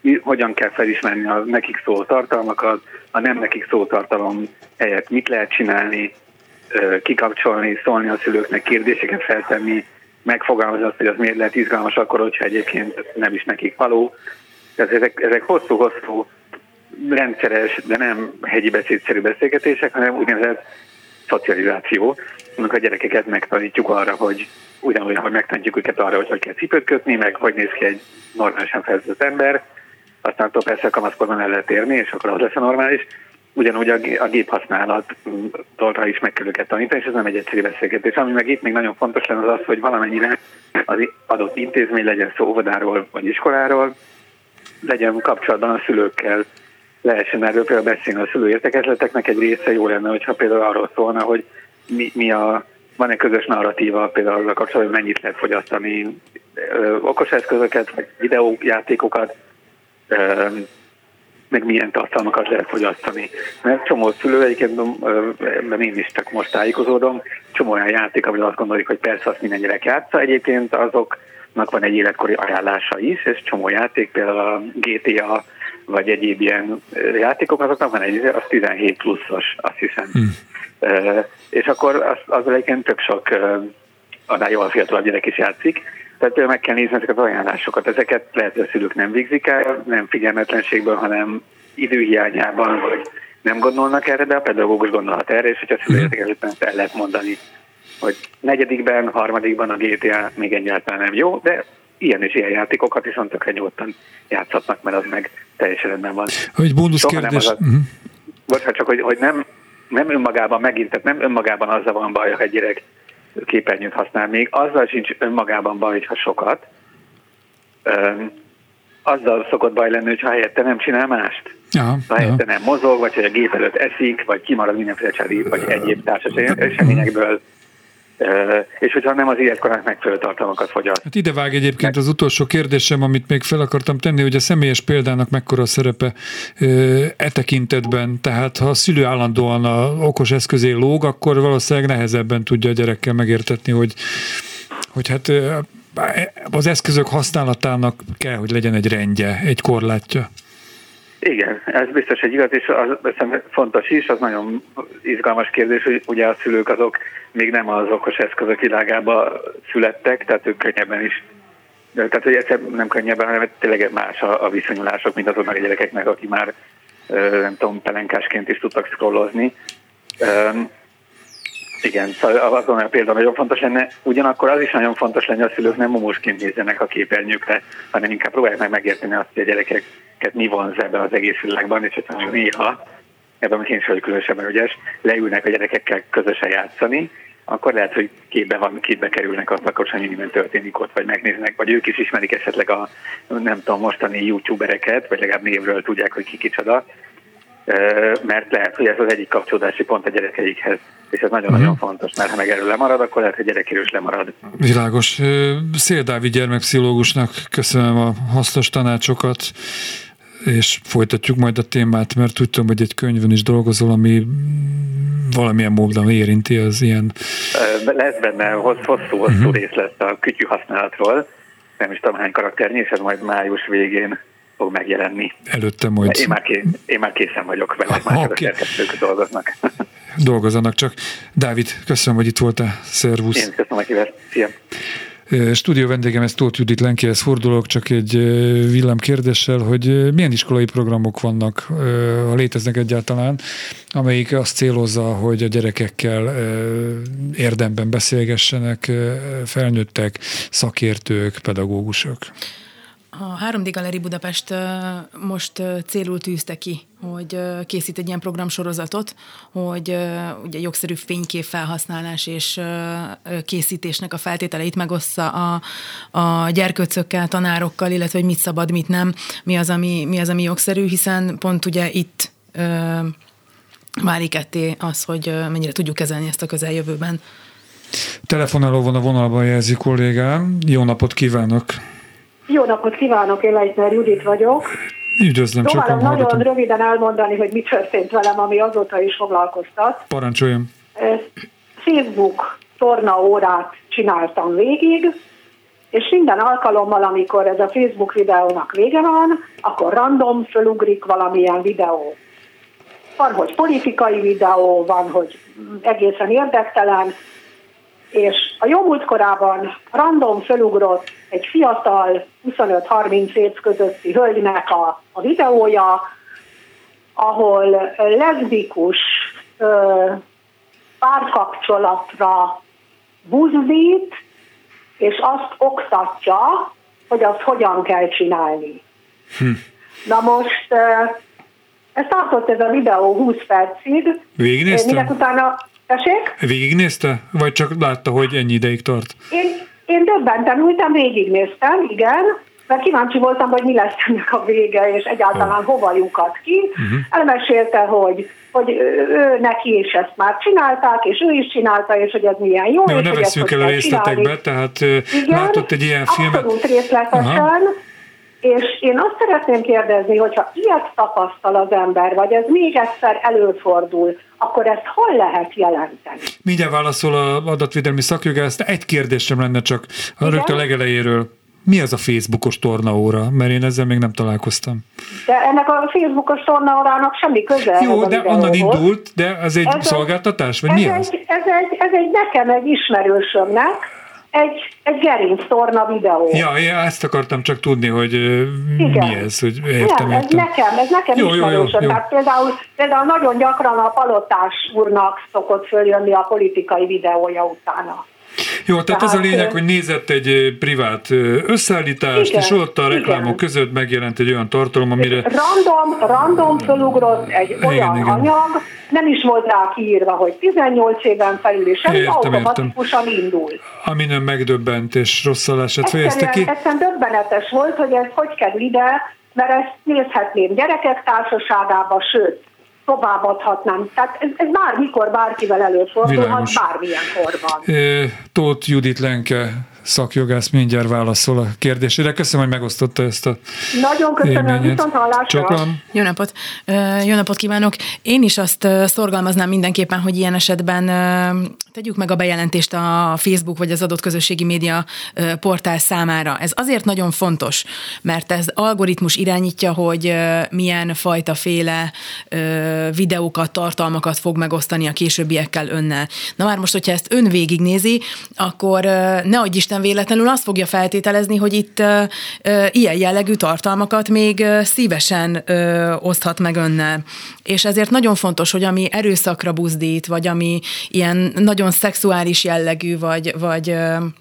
hogyan kell felismerni a nekik szóló tartalmakat, a nem nekik szóló tartalom helyett mit lehet csinálni, kikapcsolni, szólni a szülőknek, kérdéseket feltenni, megfogalmazni azt, hogy az miért lehet izgalmas akkor, hogyha egyébként nem is nekik való. Tehát ezek, ezek hosszú-hosszú, rendszeres, de nem hegyi beszédszerű beszélgetések, hanem úgynevezett szocializáció, amikor a gyerekeket megtanítjuk arra, hogy ugyanolyan, hogy megtanítjuk őket arra, hogy hogy kell cipőt kötni, meg hogy néz ki egy normálisan felszült ember, aztán attól persze kamaszkorban el lehet érni, és akkor az lesz a normális. Ugyanúgy a géphasználattól is meg kell őket tanítani, és ez nem egy egyszerű beszélgetés. Ami meg itt még nagyon fontos lenne az az, hogy valamennyire az adott intézmény, legyen szó óvodáról vagy iskoláról, legyen kapcsolatban a szülőkkel, lehessen erről például beszélni a szülőértekezleteknek egy része. Jó lenne, hogyha például arról szólna, hogy mi, mi a, van-e közös narratíva például azzal kapcsolatban, hogy mennyit lehet fogyasztani ö, okos eszközöket, vagy videójátékokat, ö, meg milyen tartalmakat lehet fogyasztani. Mert csomó szülő, egyébként én is csak most tájékozódom, csomó olyan játék, amivel azt gondoljuk, hogy persze azt minden gyerek játsza, egyébként azoknak van egy életkori ajánlása is, és csomó játék, például a gé té á vagy egyéb ilyen játékok, azoknak van egy, az tizenhét pluszos, azt hiszem. Hmm. Uh, és akkor az, az egyébként tök sok uh, annál jól fiatalabb gyerek is játszik. Tehát például meg kell nézni ezeket az ajánlásokat. Ezeket lehet, hogy a szülők nem végzik el, nem figyelmetlenségből, hanem időhiányában, vagy nem gondolnak erre, de a pedagógus gondolhat erre, és hogyha a szülőértekezletben el lehet mondani, hogy negyedikben, harmadikban a gé té á még egyáltalán nem jó, de ilyen és ilyen játékokat viszont tökre nyugodtan játszhatnak, mert az meg teljesen rendben van. Hogy bónusz kérdés. Uh-huh. Bocsánat, csak hogy, hogy nem, nem önmagában megint, tehát nem önmagában azzal van baj, ha egy gyerek képernyőt használ még, azzal sincs önmagában baj, ha sokat. Üm, azzal szokott baj lenni, hogyha helyette nem csinál mást. Aha, ha helyette aha. nem mozog, vagy hogy a gép előtt eszik, vagy kimarad mindenféle családi, vagy egyéb társasági eseményekből. Uh, és hogyha nem az életkornak megfelelő tartalmakat fogyaszt. Hát ide vág egyébként az utolsó kérdésem, amit még fel akartam tenni, hogy a személyes példának mekkora a szerepe e tekintetben. Tehát ha a szülő állandóan a okos eszközé lóg, akkor valószínűleg nehezebben tudja a gyerekkel megértetni, hogy, hogy hát az eszközök használatának kell, hogy legyen egy rendje, egy korlátja. Igen, ez biztos egy igaz, és az fontos is, az nagyon izgalmas kérdés, hogy ugye a szülők azok még nem az okos eszközök világába születtek, tehát ők könnyebben is, tehát hogy egyszer nem könnyebben, hanem tényleg más a, a viszonyulások, mint azoknak a gyerekeknek, akik már nem tudom, pelenkásként is tudtak scrollozni. Igen, szóval azon a példa nagyon fontos lenne, ugyanakkor az is nagyon fontos lenne, hogy a szülők nem mumusként nézzenek a képernyőkre, hanem inkább próbálják meg megérteni azt, hogy a gyerekeket mi vonz ebben az egész világban, és hogyha még néha, ebben én is vagyok különösebben ügyes, leülnek a gyerekekkel közösen játszani, akkor lehet, hogy képbe, van, képbe kerülnek azzal kapcsolatban, hogy minden történik ott, vagy megnéznek, vagy ők is ismerik esetleg a, nem tudom, mostani youtubereket, vagy legalább névről tudják, hogy ki kicsoda, mert lehet, hogy ez az egyik kapcsolódási pont a gyerekeikhez, és ez nagyon-nagyon uh-huh. fontos, mert ha meg erről lemarad, akkor lehet, hogy gyerekéről is lemarad. Világos. Szél Dávid gyermekpszichológusnak köszönöm a hasznos tanácsokat, és folytatjuk majd a témát, mert úgy tudom, hogy egy könyvön is dolgozol, ami valamilyen módon érinti az ilyen... Lesz benne hosszú-hosszú uh-huh. rész lesz a kütyű használatról, nem is tudom hány karakternyi, és ez majd május végén fog megjelenni. Előtte majd... Én már, ké, én már készen vagyok vele, már csak okay. a szerkesztők dolgoznak. Dolgozzanak csak. Dávid, köszönöm, hogy itt voltál. Szervusz. Én köszönöm a kívást. Szia. Stúdió vendégem, ez Tóth Judit, Lenkihez fordulok, csak egy villámkérdéssel, hogy milyen iskolai programok vannak, ha léteznek egyáltalán, amelyik azt célozza, hogy a gyerekekkel érdemben beszélgessenek felnőttek, szakértők, pedagógusok. A három dé Galeri Budapest most célul tűzte ki, hogy készít egy ilyen programsorozatot, hogy ugye jogszerű fénykép felhasználás és készítésnek a feltételeit megossza a, a gyerkőcökkel, tanárokkal, illetve hogy mit szabad, mit nem, mi az, ami, mi az, ami jogszerű, hiszen pont ugye itt válik ketté az, hogy mennyire tudjuk kezelni ezt a közeljövőben. Telefonáló van a vonalban, jelzi kollégám. Jó napot kívánok! Jó napot kívánok, én Leitner Judit vagyok. Üdvözlöm, csak nagyon hallgatom. Röviden elmondani, hogy mi történt velem, ami azóta is foglalkoztat. Parancsoljon. Facebook tornaórát csináltam végig, és minden alkalommal, amikor ez a Facebook videónak vége van, akkor random fölugrik valamilyen videó. Van, hogy politikai videó, van, hogy egészen érdektelen, és a jó múltkorában random fölugrott egy fiatal, huszonöt-harminc év közötti hölgynek a, a videója, ahol leszbikus ö, párkapcsolatra buzdít, és azt oktatja, hogy azt hogyan kell csinálni. Hm. Na most ez tartott ez a videó húsz percig. Végignézte? Minek utána, tessék? Végignézte? Vagy csak látta, hogy ennyi ideig tart? Én, én döbbenten ültem, végignéztem, igen, mert kíváncsi voltam, hogy mi lesz ennek a vége, és egyáltalán oh. hova lyukat ki. Uh-huh. Elmesélte, hogy, hogy ő, ő neki is ezt már csinálták, és ő is csinálta, és hogy ez milyen jó. No, és ne vesszük el a részletekbe, tehát igen, látott egy ilyen filmet. Abszolút részletesen. Aha. És én azt szeretném kérdezni, hogyha ilyet tapasztal az ember, vagy ez még egyszer előfordul, akkor ezt hol lehet jelenteni? Mindjárt válaszol az adatvédelmi szakjogász, egy kérdésem lenne csak rögtön a legelejéről. Mi az a Facebookos tornaóra? Mert én ezzel még nem találkoztam. De ennek a Facebookos tornaórának semmi köze. Jó, de onnan indult, de az egy ez szolgáltatás? Vagy ez mi egy, az? Ez egy, ez egy nekem, egy ismerősömnek, egy, egy gerinc torna videó. Ja, én ezt akartam csak tudni, hogy igen. Mi ez, hogy értem, nem, ez értem. nekem, ez nekem jó, ismerősöm. Jó, jó, jó. Tehát például, például nagyon gyakran a Palotás úrnak szokott följönni a politikai videója utána. Jó, tehát, tehát az a lényeg, hogy nézett egy privát összeállítást, igen, és ott a reklámok igen. között megjelent egy olyan tartalom, amire... Random, random fölugrott egy igen, olyan igen. anyag, nem is volt rá kiírva, hogy tizennyolc éven felül is, ez automatikusan értem. Indul. Amin ön megdöbbent és rosszallását fejezte ki. Egyszerűen döbbenetes volt, hogy ez hogy kerül ide, mert ezt nézhetném gyerekek társaságába, sőt, továbbadhatnám. Tehát ez, ez bármikor, bárkivel előfordulhat, bármilyen korban. E, Tóth Judit Lenke szakjogász mindjárt válaszol a kérdésére. Köszönöm, hogy megosztotta ezt a Nagyon köszönöm, viszont hallásra. Jó napot. Jó napot kívánok. Én is azt szorgalmaznám mindenképpen, hogy ilyen esetben tegyük meg a bejelentést a Facebook vagy az adott közösségi média portál számára. Ez azért nagyon fontos, mert ez algoritmus irányítja, hogy milyen fajtaféle videókat, tartalmakat fog megosztani a későbbiekkel önnel. Na már most, hogyha ezt ön végignézi, akkor ne adj Isten véletlenül azt fogja feltételezni, hogy itt ilyen jellegű tartalmakat még szívesen oszthat meg önnel. És ezért nagyon fontos, hogy ami erőszakra buzdít, vagy ami ilyen nagyon szexuális jellegű, vagy, vagy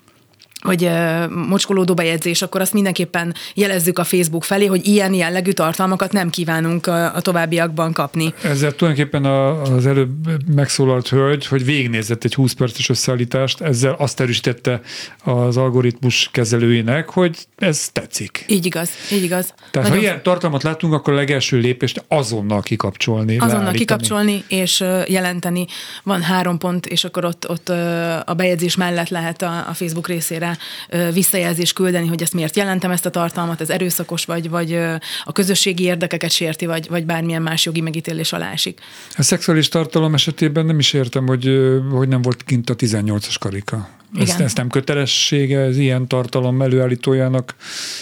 vagy mocskolódó bejegyzés, akkor azt mindenképpen jelezzük a Facebook felé, hogy ilyen jellegű tartalmakat nem kívánunk a továbbiakban kapni. Ezzel tulajdonképpen az előbb megszólalt hölgy, hogy végignézett egy húsz perces összeállítást, ezzel azt erősítette az algoritmus kezelőinek, hogy ez tetszik. Így igaz, így igaz. Tehát nagyon ha ilyen tartalmat látunk, akkor a legelső lépést azonnal kikapcsolni. Azonnal leállítani. kikapcsolni és jelenteni. Van három pont, és akkor ott, ott a bejegyzés mellett lehet a Facebook részére visszajelzést küldeni, hogy ezt miért jelentem ezt a tartalmat, ez erőszakos, vagy, vagy a közösségi érdekeket sérti, vagy, vagy bármilyen más jogi megítélés alá esik. A szexuális tartalom esetében nem is értem, hogy, hogy nem volt kint a tizennyolcas karika. Ezt, ezt nem kötelessége ez ilyen tartalom előállítójának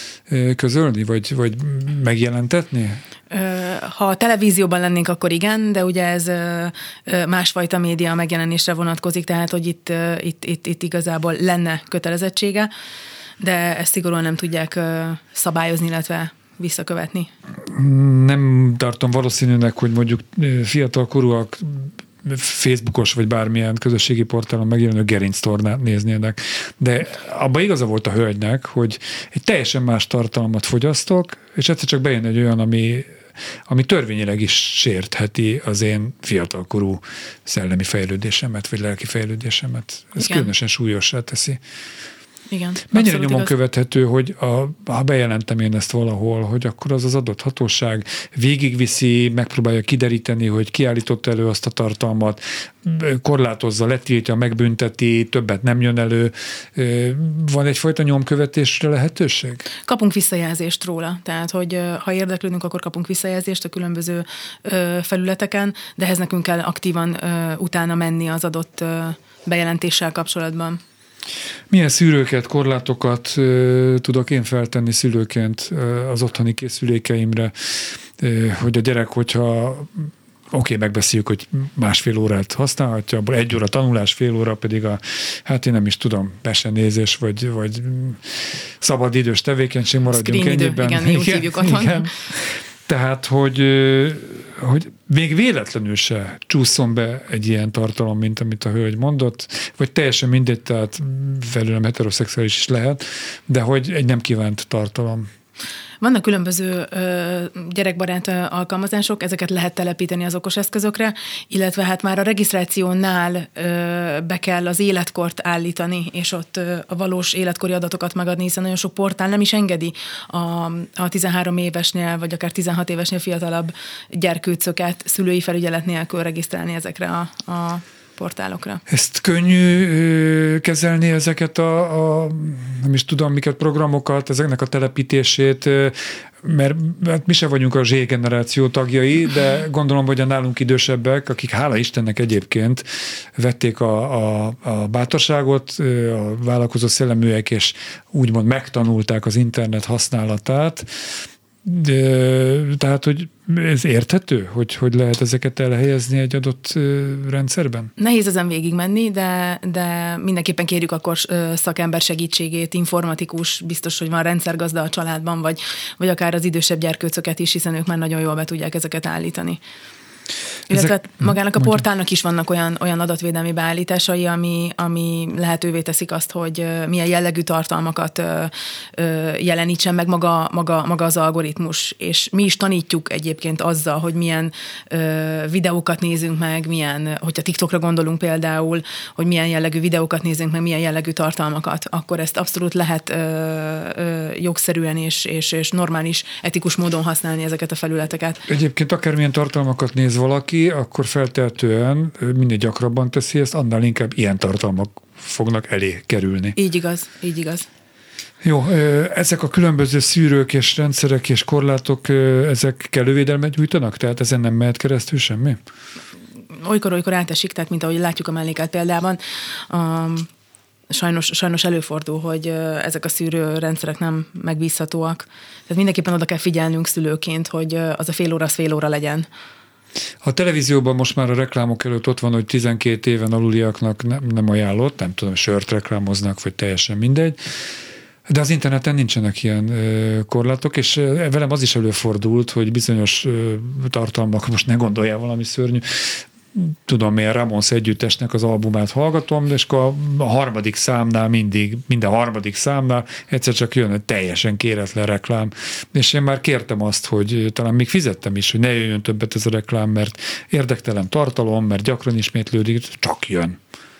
közölni, vagy, vagy megjelentetni? Ha a televízióban lennénk, akkor igen, de ugye ez másfajta média megjelenésre vonatkozik, tehát hogy itt, itt, itt, itt igazából lenne kötelezettsége, de ezt szigorúan nem tudják szabályozni, illetve visszakövetni. Nem tartom valószínűnek, hogy mondjuk fiatalkorúak Facebookos vagy bármilyen közösségi portálon megjelenő gerinctornát néznének. De abban igaza volt a hölgynek, hogy egy teljesen más tartalmat fogyasztok, és egyszer csak bejön egy olyan, ami, ami törvényileg is sértheti az én fiatalkorú szellemi fejlődésemet, vagy lelki fejlődésemet. Ez igen. Különösen súlyossá teszi. Igen, mennyire nyomon igaz. Követhető, hogy a, ha bejelentem én ezt valahol, hogy akkor az az adott hatóság végigviszi, megpróbálja kideríteni, hogy kiállított elő azt a tartalmat, korlátozza, letiltja, megbünteti, többet nem jön elő. Van egyfajta nyomkövetésre lehetőség? Kapunk visszajelzést róla. Tehát, hogy ha érdeklődünk, akkor kapunk visszajelzést a különböző felületeken, de ehhez nekünk kell aktívan utána menni az adott bejelentéssel kapcsolatban. Milyen szűrőket, korlátokat ö, tudok én feltenni szülőként ö, az otthoni készülékeimre, ö, hogy a gyerek, hogyha oké, okay, megbeszéljük, hogy másfél órát használhatja, abból egy óra tanulás, fél óra pedig a, hát én nem is tudom, mesenézés, vagy, vagy szabadidős tevékenység, maradjunk ennyiben. Igen, igen, úgy hívjuk otthon. Igen. Tehát, hogy, hogy még véletlenül se csúszom be egy ilyen tartalom, mint amit a hölgy mondott, vagy teljesen mindegy, tehát felülem heteroszexuális is lehet, de hogy egy nem kívánt tartalom. Vannak különböző ö, gyerekbarát alkalmazások, ezeket lehet telepíteni az okos eszközökre, illetve hát már a regisztrációnál ö, be kell az életkort állítani, és ott ö, a valós életkori adatokat megadni, hiszen nagyon sok portál nem is engedi a, a tizenhárom évesnél, vagy akár tizenhat évesnél fiatalabb gyerkőcöket szülői felügyelet nélkül regisztrálni ezekre a, a portálokra. Ezt könnyű kezelni ezeket a, a nem is tudom miket programokat, ezeknek a telepítését, mert hát mi sem vagyunk a Z-generáció tagjai, de gondolom, hogy a nálunk idősebbek, akik hála Istennek egyébként vették a, a, a bátorságot, a vállalkozó szelleműek, és úgymond megtanulták az internet használatát. De, tehát, hogy ez érthető, hogy, hogy lehet ezeket elhelyezni egy adott rendszerben? Nehéz ezen végigmenni, de, de mindenképpen kérjük akkor szakember segítségét, informatikus, biztos, hogy van rendszergazda a családban, vagy, vagy akár az idősebb gyerkőcöket is, hiszen ők már nagyon jól be tudják ezeket állítani. Illetve Ezek, magának a portálnak is vannak olyan, olyan adatvédelmi beállításai, ami, ami lehetővé teszik azt, hogy milyen jellegű tartalmakat jelenítsen meg maga, maga, maga az algoritmus. És mi is tanítjuk egyébként azzal, hogy milyen videókat nézünk meg, milyen, hogyha TikTokra gondolunk például, hogy milyen jellegű videókat nézünk meg, milyen jellegű tartalmakat, akkor ezt abszolút lehet jogszerűen és, és, és normális, etikus módon használni ezeket a felületeket. Egyébként akármilyen tartalmakat néz valaki, akkor feltehetően minél gyakrabban teszi ezt, annál inkább ilyen tartalmak fognak elé kerülni. Így igaz, így igaz. Jó, ezek a különböző szűrők és rendszerek és korlátok, ezek kellő védelmet nyújtanak? Tehát ezen nem mehet keresztül semmi? Olykor-olykor átesik, tehát mint ahogy látjuk a mellékelt példában, um, Sajnos, sajnos előfordul, hogy ezek a szűrőrendszerek nem megbízhatóak. Tehát mindenképpen oda kell figyelnünk szülőként, hogy az a fél óra, az fél óra legyen. A televízióban most már a reklámok előtt ott van, hogy tizenkét éven aluliaknak nem, nem ajánlott, nem tudom, sört reklámoznak, vagy teljesen mindegy. De az interneten nincsenek ilyen korlátok, és velem az is előfordult, hogy bizonyos tartalmak, most ne gondoljál valami szörnyű, tudom én, Ramones együttesnek az albumát hallgatom, és akkor a harmadik számnál mindig, minden harmadik számnál egyszer csak jön egy teljesen kéretlen reklám. És én már kértem azt, hogy talán még fizettem is, hogy ne jöjjön többet ez a reklám, mert érdektelen tartalom, mert gyakran ismétlődik, csak jön.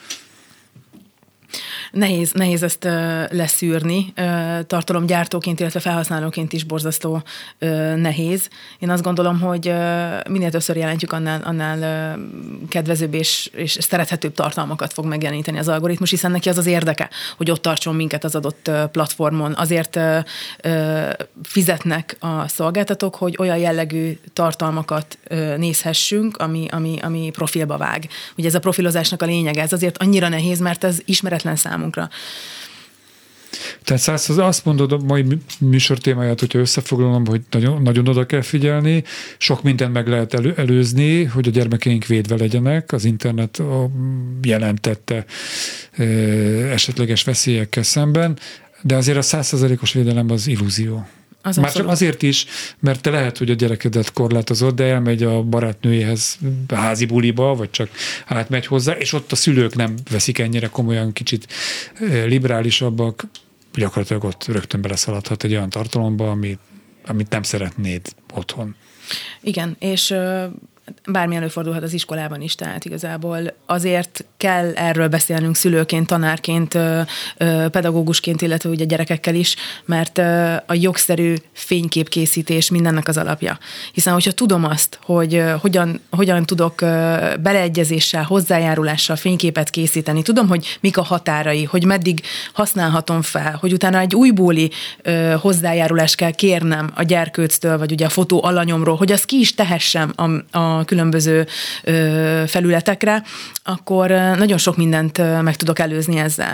Nehéz, nehéz ezt uh, leszűrni, uh, tartalomgyártóként, illetve felhasználóként is borzasztó uh, nehéz. Én azt gondolom, hogy uh, minél többször jelentjük, annál, annál uh, kedvezőbb és, és szerethetőbb tartalmakat fog megjeleníteni az algoritmus, hiszen neki az az érdeke, hogy ott tartson minket az adott uh, platformon. Azért uh, uh, fizetnek a szolgáltatók, hogy olyan jellegű tartalmakat uh, nézhessünk, ami, ami, ami profilba vág. Ugye ez a profilozásnak a lényege, ez azért annyira nehéz, mert ez ismeretlen szám. Tehát azt mondod a mai műsor témáját, hogyha összefoglalom, hogy nagyon, nagyon oda kell figyelni, sok mindent meg lehet elő, előzni, hogy a gyermekeink védve legyenek, az internet jelentette esetleges veszélyekkel szemben, de azért a száz százalékos védelem az illúzió. Az Már csak azért is, mert te lehet, hogy a gyerekedet korlátozod, de elmegy a barátnőjéhez házi buliba, vagy csak átmegy hozzá, és ott a szülők nem veszik ennyire komolyan, kicsit liberálisabbak, gyakorlatilag ott rögtön beleszaladhat egy olyan tartalomba, amit, amit nem szeretnéd otthon. Igen, és bármi előfordulhat az iskolában is, tehát igazából azért kell erről beszélnünk szülőként, tanárként, pedagógusként, illetve ugye gyerekekkel is, mert a jogszerű fényképkészítés mindennek az alapja. Hiszen, hogyha tudom azt, hogy hogyan, hogyan tudok beleegyezéssel, hozzájárulással fényképet készíteni, tudom, hogy mik a határai, hogy meddig használhatom fel, hogy utána egy újbóli hozzájárulást kell kérnem a gyerkőctől, vagy ugye a fotó alanyomról, hogy azt ki is tehessem a, a különböző ö, felületekre, akkor nagyon sok mindent meg tudok előzni ezzel.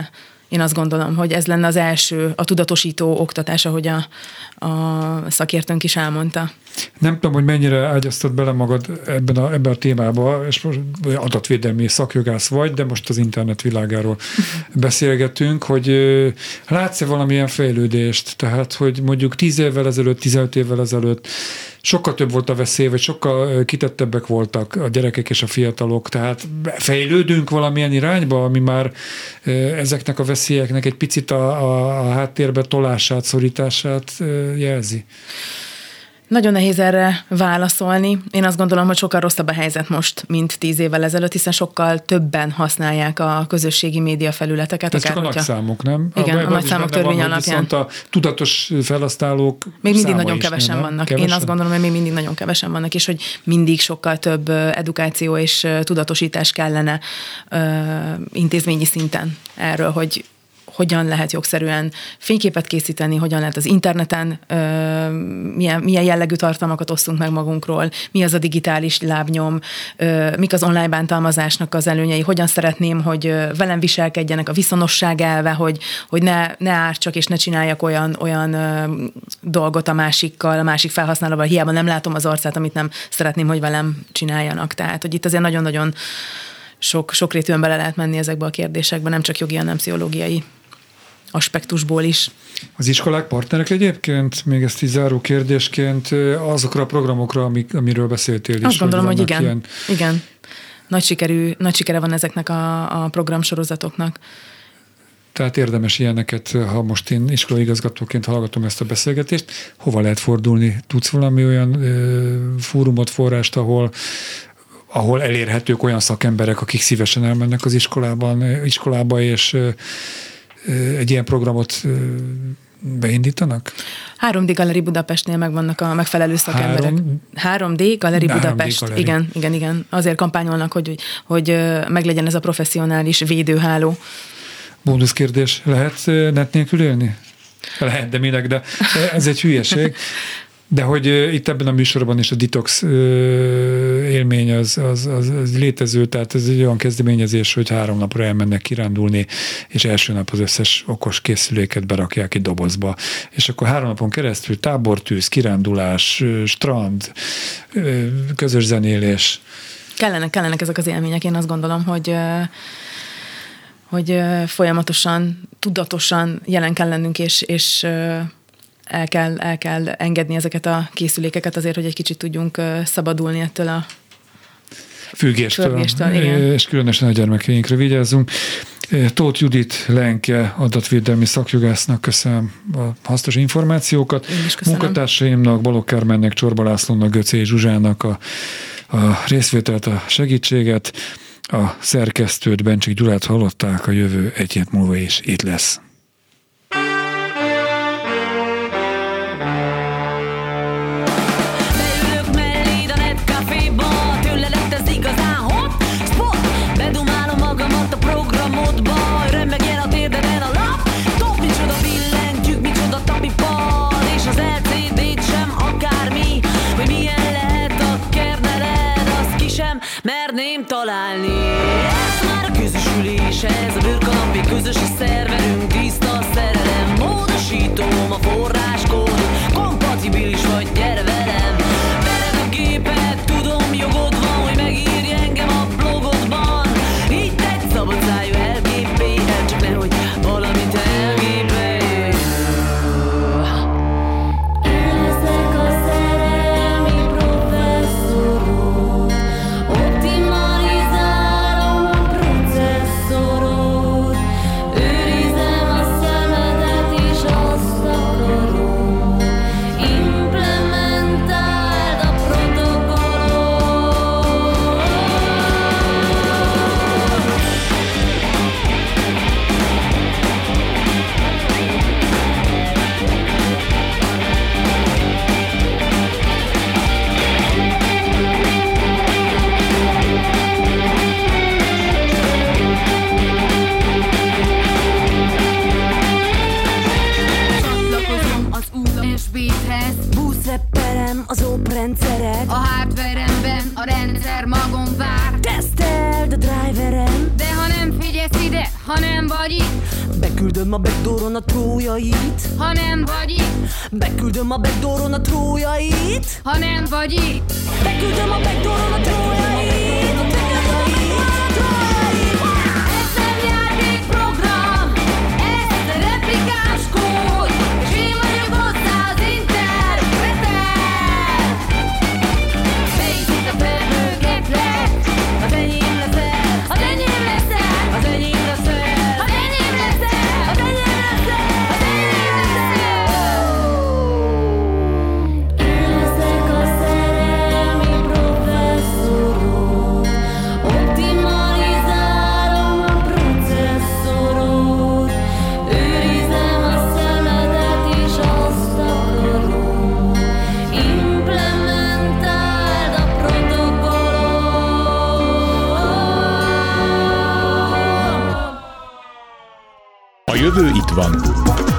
Én azt gondolom, hogy ez lenne az első, a tudatosító oktatás, ahogy a, a szakértőnk is elmondta. Nem tudom, hogy mennyire ágyaztad bele magad ebben a, ebben a témába, és most adatvédelmi szakjogász vagy, de most az internet világáról beszélgetünk, hogy látsz-e valamilyen fejlődést? Tehát, hogy mondjuk tíz évvel ezelőtt, tizenöt évvel ezelőtt sokkal több volt a veszély, vagy sokkal kitettebbek voltak a gyerekek és a fiatalok, tehát fejlődünk valamilyen irányba, ami már ezeknek a veszélyeknek egy picit a, a, a háttérbe tolását, szorítását jelzi? Nagyon nehéz erre válaszolni. Én azt gondolom, hogy sokkal rosszabb a helyzet most, mint tíz évvel ezelőtt, hiszen sokkal többen használják a közösségi média felületeket. Ez csak a nagyszámok, nem? Igen, a, a nagyszámok törvény van, alapján. Viszont a tudatos felhasználók még mindig nagyon kevesen nem, vannak. Kevesen? Én azt gondolom, hogy még mindig nagyon kevesen vannak, és hogy mindig sokkal több edukáció és tudatosítás kellene uh, intézményi szinten erről, hogy hogyan lehet jogszerűen fényképet készíteni, hogyan lehet az interneten, ö, milyen, milyen jellegű tartalmakat osztunk meg magunkról, mi az a digitális lábnyom, ö, mik az online bántalmazásnak az előnyei, hogyan szeretném, hogy ö, velem viselkedjenek, a viszonosság elve, hogy, hogy ne, ne ártsak és ne csináljak olyan, olyan ö, dolgot a másikkal, a másik felhasználóval, hiába nem látom az arcát, amit nem szeretném, hogy velem csináljanak. Tehát, hogy itt azért nagyon-nagyon sok, sokrétűen bele lehet menni ezekbe a kérdésekbe, nem csak jogi, hanem pszichológiai aspektusból is. Az iskolák partnerek egyébként, még ezt így záró kérdésként, azokra a programokra, amik, amiről beszéltél is. Azt gondolom, hogy, hogy igen. Ilyen... igen. Nagy, sikerű, nagy sikere van ezeknek a, a programsorozatoknak. Tehát érdemes ilyeneket, ha most én iskolaigazgatóként hallgatom ezt a beszélgetést, hova lehet fordulni? Tudsz valami olyan ö, fórumot, forrást, ahol ahol elérhetők olyan szakemberek, akik szívesen elmennek az iskolában, iskolába, és egy ilyen programot beindítanak? három dé Galeri Budapestnél megvannak a megfelelő szakemberek. három dé Galeri Budapest. három dé igen, igen, igen. Azért kampányolnak, hogy, hogy meglegyen ez a professzionális védőháló. Bónusz kérdés, lehet net nélkül élni? Lehet, de minek, de ez egy hülyeség. De hogy itt ebben a műsorban is a detox élmény az, az, az, az létező, tehát ez egy olyan kezdeményezés, hogy három napra elmennek kirándulni, és első nap az összes okos készüléket berakják egy dobozba. És akkor három napon keresztül tábortűz, kirándulás, strand, közös zenélés. Kellenek, kellenek ezek az élmények, én azt gondolom, hogy hogy folyamatosan, tudatosan jelen kell lennünk, és, és El kell, el kell engedni ezeket a készülékeket azért, hogy egy kicsit tudjunk szabadulni ettől a függéstől, és különösen a gyermekeinkre vigyázzunk. Tóth Judit Lenke adatvédelmi szakjogásznak köszönöm a hasznos információkat. Munkatársaimnak, Balogh Kármennek, Csorba Lászlónak, Göcé Zsuzsának a, a részvételt, a segítséget. A szerkesztőt, Bencsik Gyulát hallották, a jövő egy hét múlva is itt lesz. Merném találni. Ez már a közösülés, ez a bőrkanapi, közös a szerverünk, tiszta a szerelem, módosítom a forráskódot, kompatibilis vagy, gyere velem. Veled a gépet, tudom, jogod van, hogy megírj engem a blogodban. Így egy szabadszájú el gé pé el, csak nehogy valamit elgépelj. Én leszek a szerelmi professzorod, optimalizálom a processzorod, őrizem szeret. A hardveremben a rendszer magon vár. Teszteld a driveren, de ha nem figyelsz ide, ha nem vagy itt, beküldöm a backdooron a trójait. Ha nem vagy itt, beküldöm a backdooron a trójait. Ha nem vagy itt, beküldöm a backdooron a trójait. A trójait, a trójait. Ez nem játékprogram, ez replikáns kód, és én vagyok hozzá az interpreten. Basic a felhőgetlek, az enyém leszel, az enyém leszel, az enyém leszel, az enyém leszel, az enyém leszel, az enyém leszel. Én leszek a szerelmi professzorod, optimalizálom a processzorod, őrizem a szemedet és azt akarom, implementáld a protokollot. A jövő itt van.